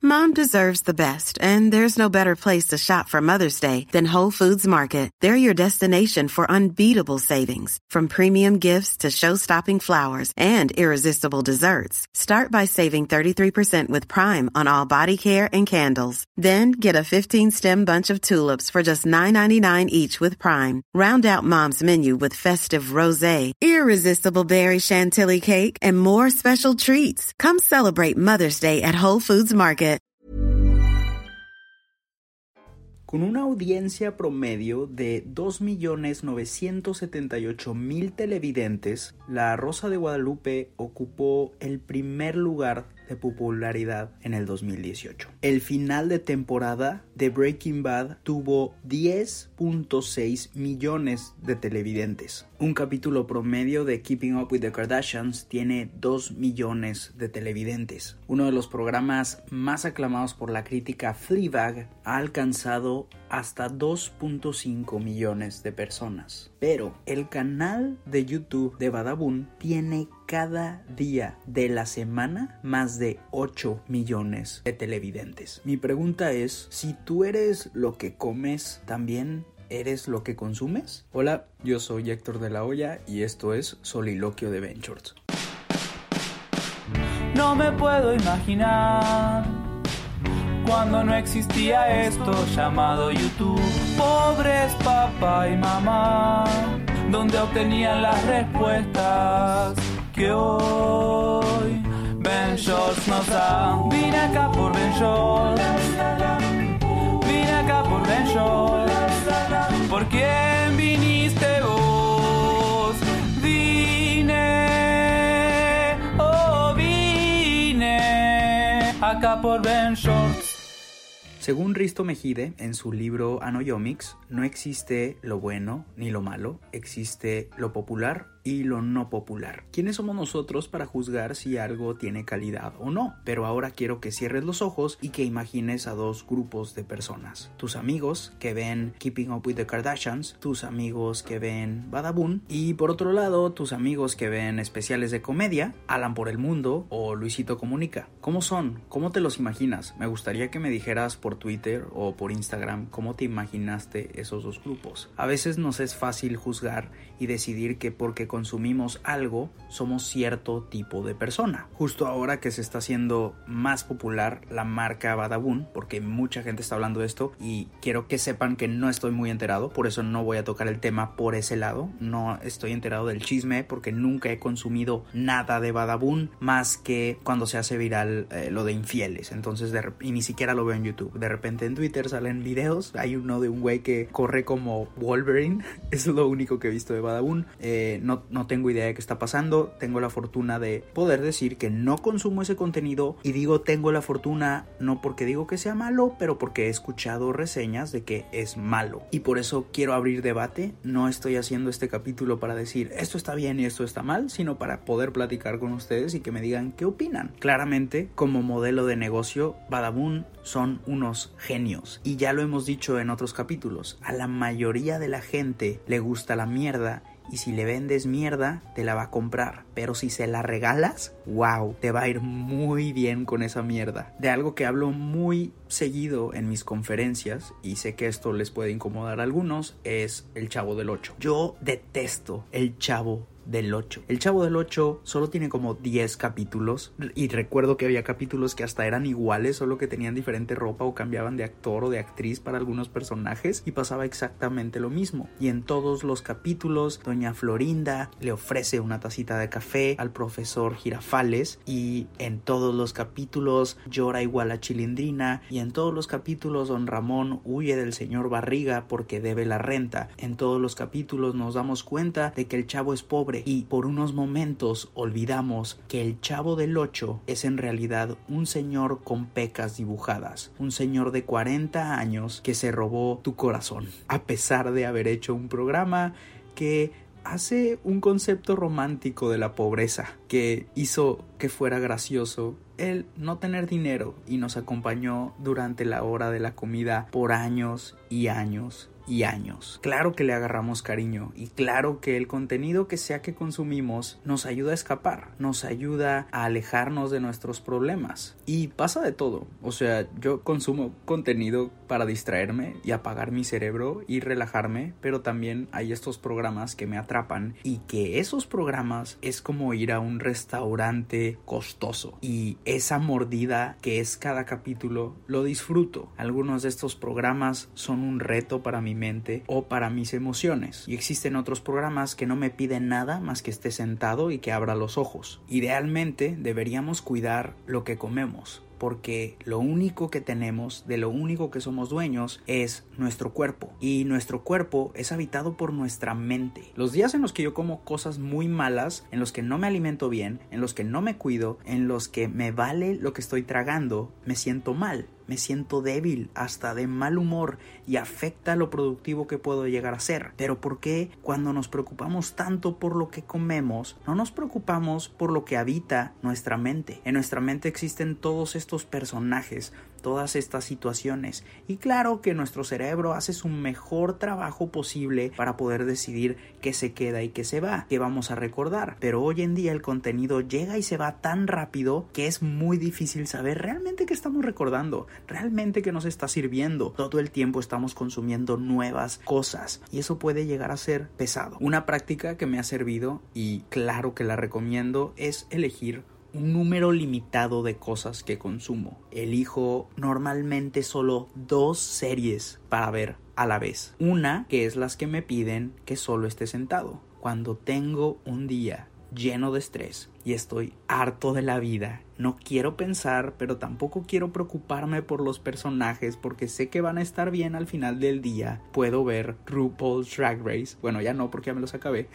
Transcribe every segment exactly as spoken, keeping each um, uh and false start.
Mom deserves the best, and there's no better place to shop for Mother's Day than Whole Foods Market. They're your destination for unbeatable savings, from premium gifts to show-stopping flowers and irresistible desserts. Start by saving thirty-three percent with Prime on all body care and candles. Then get a fifteen-stem bunch of tulips for just nine ninety-nine each with Prime. Round out Mom's menu with festive rosé, irresistible berry chantilly cake, and more special treats. Come celebrate Mother's Day at Whole Foods Market. Con una audiencia promedio de dos millones novecientos setenta y ocho mil televidentes, La Rosa de Guadalupe ocupó el primer lugar de popularidad en el dos mil dieciocho. El final de temporada de Breaking Bad tuvo diez punto seis millones de televidentes. Un capítulo promedio de Keeping Up with the Kardashians tiene dos millones de televidentes. Uno de los programas más aclamados por la crítica, Fleabag, ha alcanzado hasta dos punto cinco millones de personas. Pero el canal de YouTube de Badabun tiene cada día de la semana más de ocho millones de televidentes. Mi pregunta es, si tú eres lo que comes, ¿también eres lo que consumes? Hola, yo soy Héctor de la Hoya y esto es Soliloquio de Ventures. No me puedo imaginar cuando no existía esto llamado YouTube. Pobres papá y mamá, donde obtenían las respuestas que hoy Ben Shorts nos da. Vine acá por Ben Shorts, vine acá por Ben Shorts. ¿Por quién viniste vos? Vine, oh vine acá por Ben Shorts. Según Risto Mejide, en su libro Anoyomics, no existe lo bueno ni lo malo, existe lo popular y lo no popular. ¿Quiénes somos nosotros para juzgar si algo tiene calidad o no? Pero ahora quiero que cierres los ojos y que imagines a dos grupos de personas. Tus amigos que ven Keeping Up with the Kardashians, tus amigos que ven Badabun y por otro lado tus amigos que ven especiales de comedia, Alan por el Mundo o Luisito Comunica. ¿Cómo son? ¿Cómo te los imaginas? Me gustaría que me dijeras por Twitter o por Instagram cómo te imaginaste esos dos grupos. A veces nos es fácil juzgar y decidir que porque consumimos algo, somos cierto tipo de persona. Justo ahora que se está haciendo más popular la marca Badabun, porque mucha gente está hablando de esto y quiero que sepan que no estoy muy enterado, por eso no voy a tocar el tema por ese lado. No estoy enterado del chisme porque nunca he consumido nada de Badabun más que cuando se hace viral eh, lo de infieles. Entonces, de rep- y ni siquiera lo veo en YouTube. De repente en Twitter salen videos. Hay uno de un güey que corre como Wolverine. Eso es lo único que he visto de Badabun. Eh, no No tengo idea de qué está pasando. Tengo la fortuna de poder decir que no consumo ese contenido y digo tengo la fortuna no porque digo que sea malo, pero porque he escuchado reseñas de que es malo y por eso quiero abrir debate. No estoy haciendo este capítulo para decir esto está bien y esto está mal, sino para poder platicar con ustedes y que me digan qué opinan. Claramente, como modelo de negocio, Badabun son unos genios y ya lo hemos dicho en otros capítulos. A la mayoría de la gente le gusta la mierda y si le vendes mierda, te la va a comprar. Pero si se la regalas, wow, te va a ir muy bien con esa mierda. De algo que hablo muy seguido en mis conferencias, y sé que esto les puede incomodar a algunos, es El Chavo del Ocho. Yo detesto El Chavo del Ocho. El Chavo del Ocho solo tiene como diez capítulos y recuerdo que había capítulos que hasta eran iguales, solo que tenían diferente ropa o cambiaban de actor o de actriz para algunos personajes y pasaba exactamente lo mismo. Y en todos los capítulos doña Florinda le ofrece una tacita de café al profesor Girafales y en todos los capítulos llora igual a Chilindrina y en todos los capítulos don Ramón huye del señor Barriga porque debe la renta. En todos los capítulos nos damos cuenta de que el chavo es pobre y por unos momentos olvidamos que el Chavo del Ocho es en realidad un señor con pecas dibujadas, un señor de cuarenta años que se robó tu corazón, a pesar de haber hecho un programa que hace un concepto romántico de la pobreza, que hizo que fuera gracioso el no tener dinero y nos acompañó durante la hora de la comida por años y años y años. Claro que le agarramos cariño y claro que el contenido que sea que consumimos nos ayuda a escapar, nos ayuda a alejarnos de nuestros problemas. Y pasa de todo. O sea, yo consumo contenido para distraerme y apagar mi cerebro y relajarme, pero también hay estos programas que me atrapan y que esos programas es como ir a un restaurante costoso y esa mordida que es cada capítulo lo disfruto. Algunos de estos programas son un reto para mi mente o para mis emociones y existen otros programas que no me piden nada más que esté sentado y que abra los ojos. Idealmente deberíamos cuidar lo que comemos, porque lo único que tenemos, de lo único que somos dueños, es nuestro cuerpo. Y nuestro cuerpo es habitado por nuestra mente. Los días en los que yo como cosas muy malas, en los que no me alimento bien, en los que no me cuido, en los que me vale lo que estoy tragando, me siento mal. Me siento débil, hasta de mal humor, y afecta lo productivo que puedo llegar a ser. Pero ¿por qué cuando nos preocupamos tanto por lo que comemos, no nos preocupamos por lo que habita nuestra mente? En nuestra mente existen todos estos personajes, todas estas situaciones, y claro que nuestro cerebro hace su mejor trabajo posible para poder decidir qué se queda y qué se va, qué vamos a recordar. Pero hoy en día el contenido llega y se va tan rápido que es muy difícil saber realmente qué estamos recordando, realmente qué nos está sirviendo. Todo el tiempo estamos consumiendo nuevas cosas y eso puede llegar a ser pesado. Una práctica que me ha servido y claro que la recomiendo es elegir un número limitado de cosas que consumo. Elijo normalmente solo dos series para ver a la vez. Una que es las que me piden que solo esté sentado. Cuando tengo un día lleno de estrés y estoy harto de la vida, no quiero pensar, pero tampoco quiero preocuparme por los personajes porque sé que van a estar bien al final del día. Puedo ver RuPaul's Drag Race, bueno ya no porque ya me los acabé,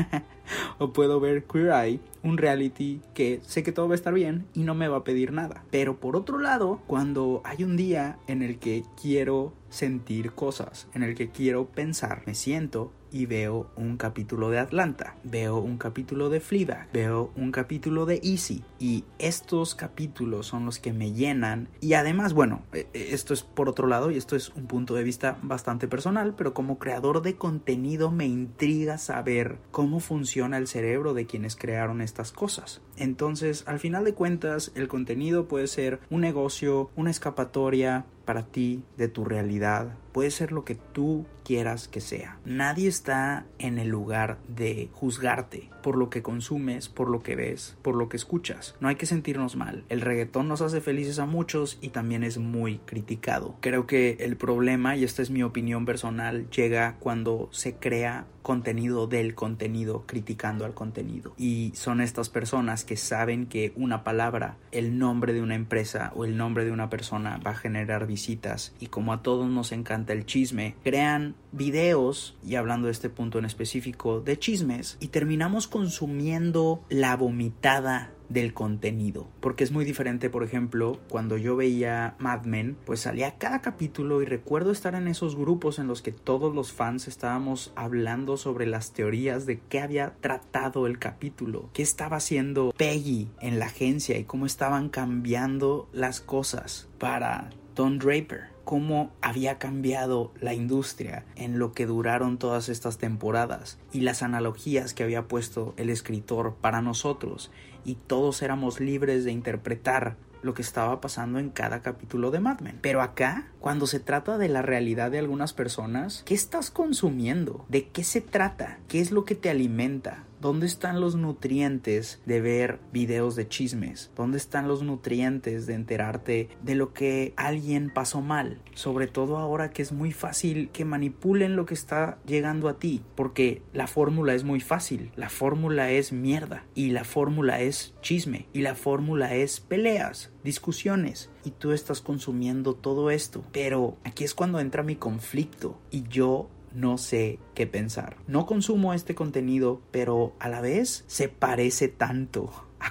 o puedo ver Queer Eye, un reality que sé que todo va a estar bien y no me va a pedir nada. Pero por otro lado, cuando hay un día en el que quiero sentir cosas, en el que quiero pensar, me siento y veo un capítulo de Atlanta, veo un capítulo de Fleabag, veo un capítulo de Easy, y estos capítulos son los que me llenan. Y además, bueno, esto es por otro lado y esto es un punto de vista bastante personal, pero como creador de contenido me intriga saber cómo funciona el cerebro de quienes crearon estas cosas. Entonces, al final de cuentas, el contenido puede ser un negocio, una escapatoria para ti de tu realidad. Puede ser lo que tú quieras que sea. Nadie está en el lugar de juzgarte por lo que consumes, por lo que ves, por lo que escuchas. No hay que sentirnos mal. El reggaetón nos hace felices a muchos y también es muy criticado. Creo que el problema, y esta es mi opinión personal, llega cuando se crea contenido del contenido criticando al contenido. Y son estas personas que saben que una palabra, el nombre de una empresa o el nombre de una persona va a generar visitas, y como a todos nos encanta el chisme, crean videos, y hablando de este punto en específico, de chismes, y terminamos consumiendo la vomitada del contenido, porque es muy diferente. Por ejemplo, cuando yo veía Mad Men, pues salía cada capítulo y recuerdo estar en esos grupos en los que todos los fans estábamos hablando sobre las teorías de qué había tratado el capítulo, qué estaba haciendo Peggy en la agencia y cómo estaban cambiando las cosas para Don Draper, cómo había cambiado la industria en lo que duraron todas estas temporadas y las analogías que había puesto el escritor para nosotros, y todos éramos libres de interpretar lo que estaba pasando en cada capítulo de Mad Men. Pero acá, cuando se trata de la realidad de algunas personas, ¿qué estás consumiendo? ¿De qué se trata? ¿Qué es lo que te alimenta? ¿Dónde están los nutrientes de ver videos de chismes? ¿Dónde están los nutrientes de enterarte de lo que alguien pasó mal? Sobre todo ahora que es muy fácil que manipulen lo que está llegando a ti, porque la fórmula es muy fácil. La fórmula es mierda, y la fórmula es chisme, y la fórmula es peleas, discusiones, y tú estás consumiendo todo esto. Pero aquí es cuando entra mi conflicto y yo no sé qué pensar. No consumo este contenido, pero a la vez se parece tanto a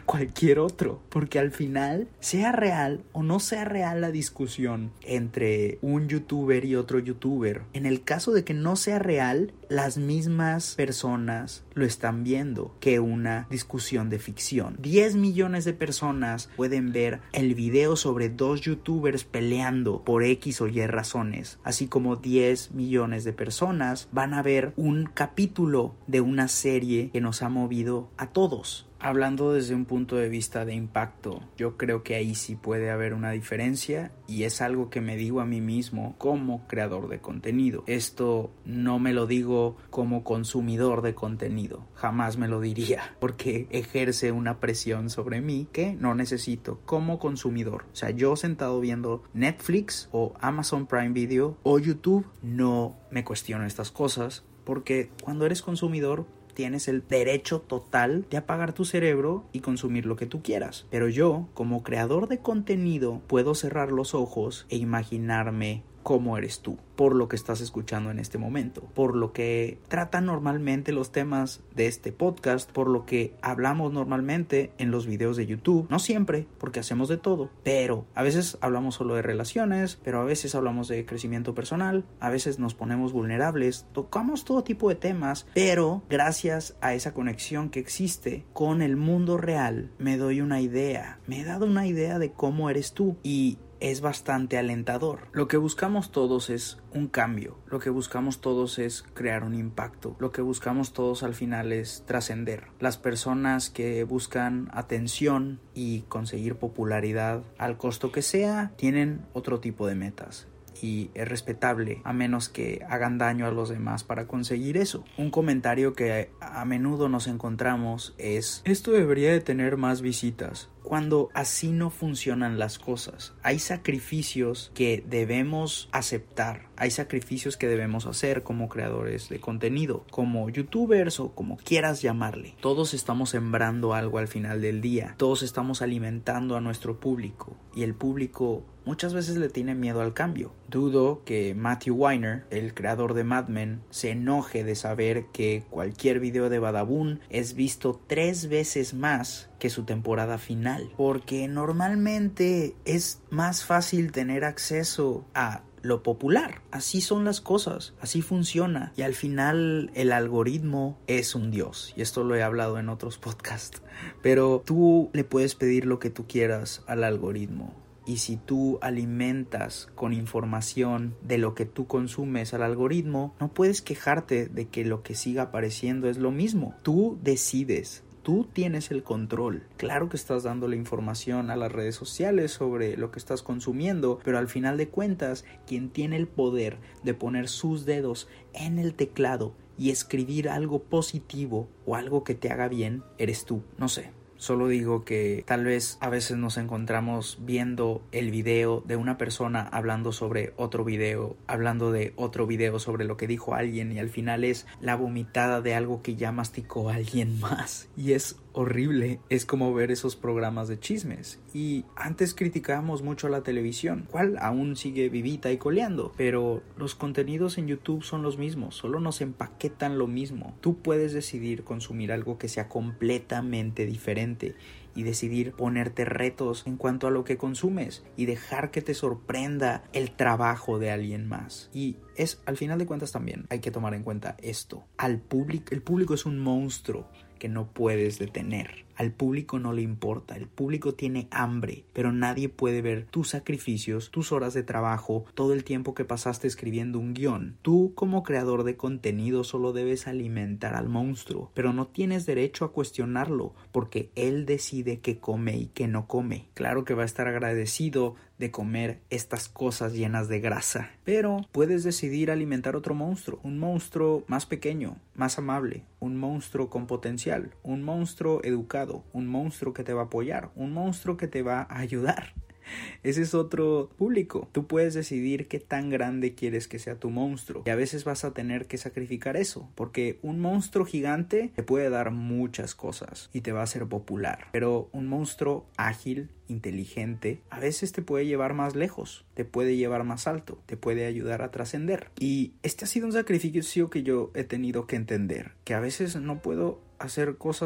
cualquier otro, porque al final, sea real o no sea real la discusión entre un youtuber y otro youtuber, en el caso de que no sea real, las mismas personas lo están viendo que una discusión de ficción. diez millones de personas pueden ver el video sobre dos youtubers peleando por X o Y razones, así como diez millones de personas van a ver un capítulo de una serie que nos ha movido a todos. Hablando desde un punto de vista de impacto, yo creo que ahí sí puede haber una diferencia y es algo que me digo a mí mismo como creador de contenido. Esto no me lo digo como consumidor de contenido, jamás me lo diría, porque ejerce una presión sobre mí que no necesito como consumidor. O sea, yo sentado viendo Netflix o Amazon Prime Video o YouTube, no me cuestiono estas cosas, porque cuando eres consumidor tienes el derecho total de apagar tu cerebro y consumir lo que tú quieras. Pero yo, como creador de contenido, puedo cerrar los ojos e imaginarme cómo eres tú, por lo que estás escuchando en este momento, por lo que tratan normalmente los temas de este podcast, por lo que hablamos normalmente en los videos de YouTube. No siempre, porque hacemos de todo, pero a veces hablamos solo de relaciones, pero a veces hablamos de crecimiento personal, a veces nos ponemos vulnerables, tocamos todo tipo de temas, pero gracias a esa conexión que existe con el mundo real, me doy una idea, me he dado una idea de cómo eres tú y es bastante alentador. Lo que buscamos todos es un cambio, lo que buscamos todos es crear un impacto, lo que buscamos todos al final es trascender. Las personas que buscan atención y conseguir popularidad al costo que sea, tienen otro tipo de metas. Y es respetable a menos que hagan daño a los demás para conseguir eso. Un comentario que a menudo nos encontramos es: esto debería de tener más visitas. Cuando así no funcionan las cosas. Hay sacrificios que debemos aceptar. Hay sacrificios que debemos hacer como creadores de contenido, como youtubers o como quieras llamarle. Todos estamos sembrando algo al final del día. Todos estamos alimentando a nuestro público. Y el público muchas veces le tiene miedo al cambio. Dudo que Matthew Weiner, el creador de Mad Men, se enoje de saber que cualquier video de Badabun es visto tres veces más que su temporada final, porque normalmente es más fácil tener acceso a lo popular. Así son las cosas, así funciona, y al final el algoritmo es un dios, y esto lo he hablado en otros podcasts, pero tú le puedes pedir lo que tú quieras al algoritmo. Y si tú alimentas con información de lo que tú consumes al algoritmo, no puedes quejarte de que lo que siga apareciendo es lo mismo. Tú decides. Tú tienes el control. Claro que estás dando la información a las redes sociales sobre lo que estás consumiendo, pero al final de cuentas, quien tiene el poder de poner sus dedos en el teclado y escribir algo positivo o algo que te haga bien, eres tú. No sé. Solo digo que tal vez a veces nos encontramos viendo el video de una persona hablando sobre otro video, hablando de otro video sobre lo que dijo alguien, y al final es la vomitada de algo que ya masticó alguien más. Y es horrible. Es como ver esos programas de chismes. Y antes criticábamos mucho a la televisión, cual aún sigue vivita y coleando, pero los contenidos en YouTube son los mismos, solo nos empaquetan lo mismo. Tú puedes decidir consumir algo que sea completamente diferente y decidir ponerte retos en cuanto a lo que consumes y dejar que te sorprenda el trabajo de alguien más. Y es, al final de cuentas, también hay que tomar en cuenta esto. Al público, el público es un monstruo que no puedes detener. Al público no le importa, el público tiene hambre, pero nadie puede ver tus sacrificios, tus horas de trabajo, todo el tiempo que pasaste escribiendo un guión. Tú, como creador de contenido, solo debes alimentar al monstruo, pero no tienes derecho a cuestionarlo, porque él decide qué come y qué no come. Claro que va a estar agradecido de comer estas cosas llenas de grasa, pero puedes decidir alimentar otro monstruo, un monstruo más pequeño, más amable, un monstruo con potencial, un monstruo educado, un monstruo que te va a apoyar, un monstruo que te va a ayudar. Ese es otro público. Tú puedes decidir qué tan grande quieres que sea tu monstruo, y a veces vas a tener que sacrificar eso, porque un monstruo gigante te puede dar muchas cosas y te va a hacer popular, pero un monstruo ágil, inteligente, a veces te puede llevar más lejos, te puede llevar más alto, te puede ayudar a trascender. Y este ha sido un sacrificio que yo he tenido que entender, que a veces no puedo hacer cosas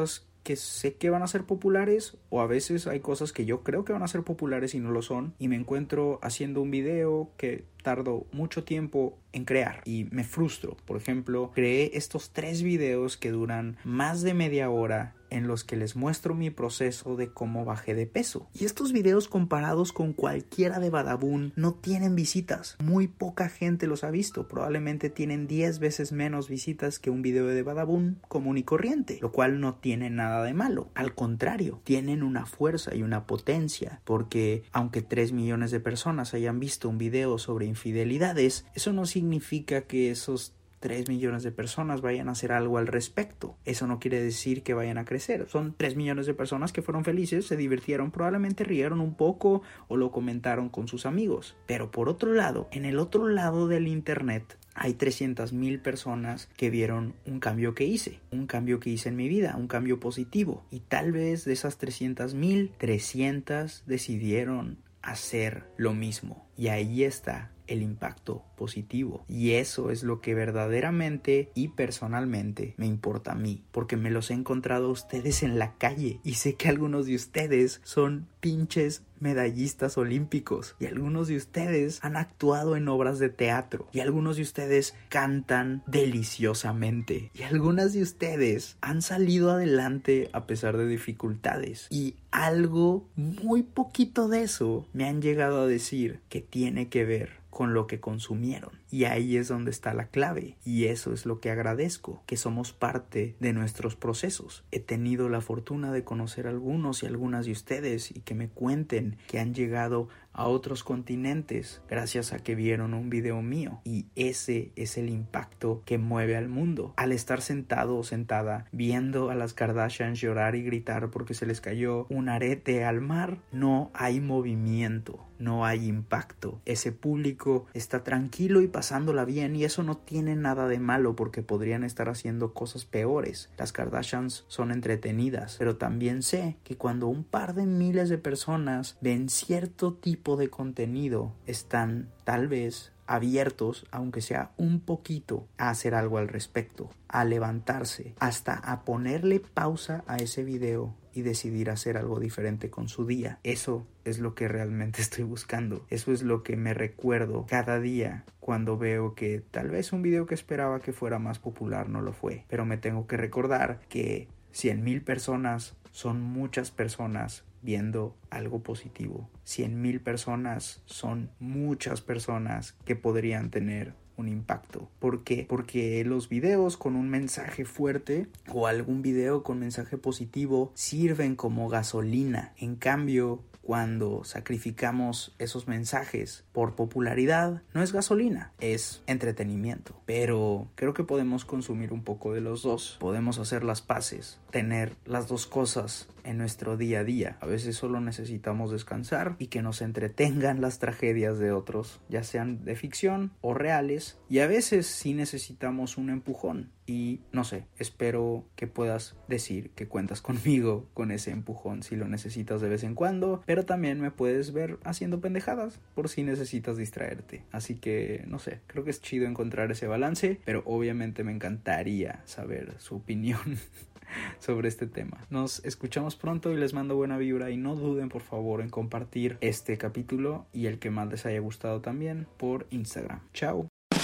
que sé que van a ser populares, o a veces hay cosas que yo creo que van a ser populares y no lo son, y me encuentro haciendo un video que tardo mucho tiempo en crear y me frustro. Por ejemplo, creé estos tres videos que duran más de media hora en los que les muestro mi proceso de cómo bajé de peso. Y estos videos, comparados con cualquiera de Badabun, no tienen visitas. Muy poca gente los ha visto. Probablemente tienen diez veces menos visitas que un video de Badabun común y corriente, lo cual no tiene nada de malo. Al contrario, tienen una fuerza y una potencia, porque aunque tres millones de personas hayan visto un video sobre infidelidades, eso no significa que esos tres millones de personas vayan a hacer algo al respecto. Eso no quiere decir que vayan a crecer. Son tres millones de personas que fueron felices, se divirtieron, probablemente rieron un poco o lo comentaron con sus amigos. Pero por otro lado, en el otro lado del internet, hay trescientas mil personas que vieron un cambio que hice, un cambio que hice en mi vida, un cambio positivo. Y tal vez de esas trescientas mil, trescientas decidieron hacer lo mismo. Y ahí está el impacto positivo. Y eso es lo que verdaderamente y personalmente me importa a mí, porque me los he encontrado a ustedes en la calle y sé que algunos de ustedes son pinches medallistas olímpicos y algunos de ustedes han actuado en obras de teatro y algunos de ustedes cantan deliciosamente y algunas de ustedes han salido adelante a pesar de dificultades, y algo muy poquito de eso me han llegado a decir que tiene que ver con lo que consumieron. Y ahí es donde está la clave, y eso es lo que agradezco, que somos parte de nuestros procesos. He tenido la fortuna de conocer a algunos y algunas de ustedes y que me cuenten que han llegado a otros continentes gracias a que vieron un video mío, y ese es el impacto que mueve al mundo. Al estar sentado o sentada viendo a las Kardashians llorar y gritar porque se les cayó un arete al mar, no hay movimiento, no hay impacto. Ese público está tranquilo y pasándola bien, y eso no tiene nada de malo porque podrían estar haciendo cosas peores. Las Kardashians son entretenidas, pero también sé que cuando un par de miles de personas ven cierto tipo de contenido, están tal vez abiertos, aunque sea un poquito, a hacer algo al respecto, a levantarse, hasta a ponerle pausa a ese video y decidir hacer algo diferente con su día. Eso es lo que realmente estoy buscando. Eso es lo que me recuerdo cada día cuando veo que tal vez un video que esperaba que fuera más popular no lo fue. Pero me tengo que recordar que cien mil personas son muchas personas viendo algo positivo. cien mil personas son muchas personas que podrían tener un impacto. ¿Por qué? Porque los videos con un mensaje fuerte o algún video con mensaje positivo sirven como gasolina. En cambio, cuando sacrificamos esos mensajes por popularidad, no es gasolina, es entretenimiento. Pero creo que podemos consumir un poco de los dos. Podemos hacer las paces, tener las dos cosas en nuestro día a día. A veces solo necesitamos descansar y que nos entretengan las tragedias de otros, ya sean de ficción o reales. Y a veces sí necesitamos un empujón. Y no sé, espero que puedas decir que cuentas conmigo con ese empujón si lo necesitas de vez en cuando, pero también me puedes ver haciendo pendejadas por si necesitas distraerte. Así que no sé, creo que es chido encontrar ese balance, pero obviamente me encantaría saber su opinión sobre este tema. Nos escuchamos pronto y les mando buena vibra, y no duden por favor en compartir este capítulo y el que más les haya gustado también por Instagram. Chao.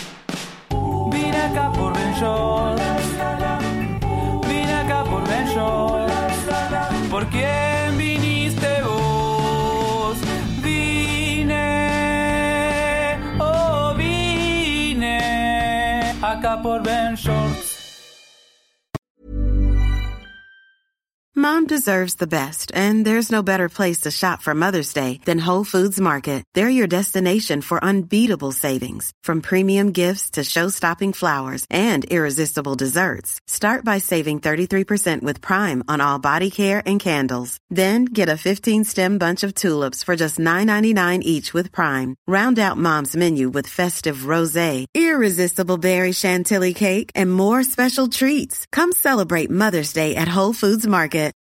Vine acá por Ben Shorts. Vine acá por Ben Shorts. ¿Por quién viniste vos? Vine, oh vine acá por Ben Shorts. Mom deserves the best, and there's no better place to shop for Mother's Day than Whole Foods Market. They're your destination for unbeatable savings, from premium gifts to show-stopping flowers and irresistible desserts. Start by saving thirty-three percent with Prime on all body care and candles. Then get a fifteen-stem bunch of tulips for just nine ninety-nine each with Prime. Round out Mom's menu with festive rosé, irresistible berry chantilly cake, and more special treats. Come celebrate Mother's Day at Whole Foods Market.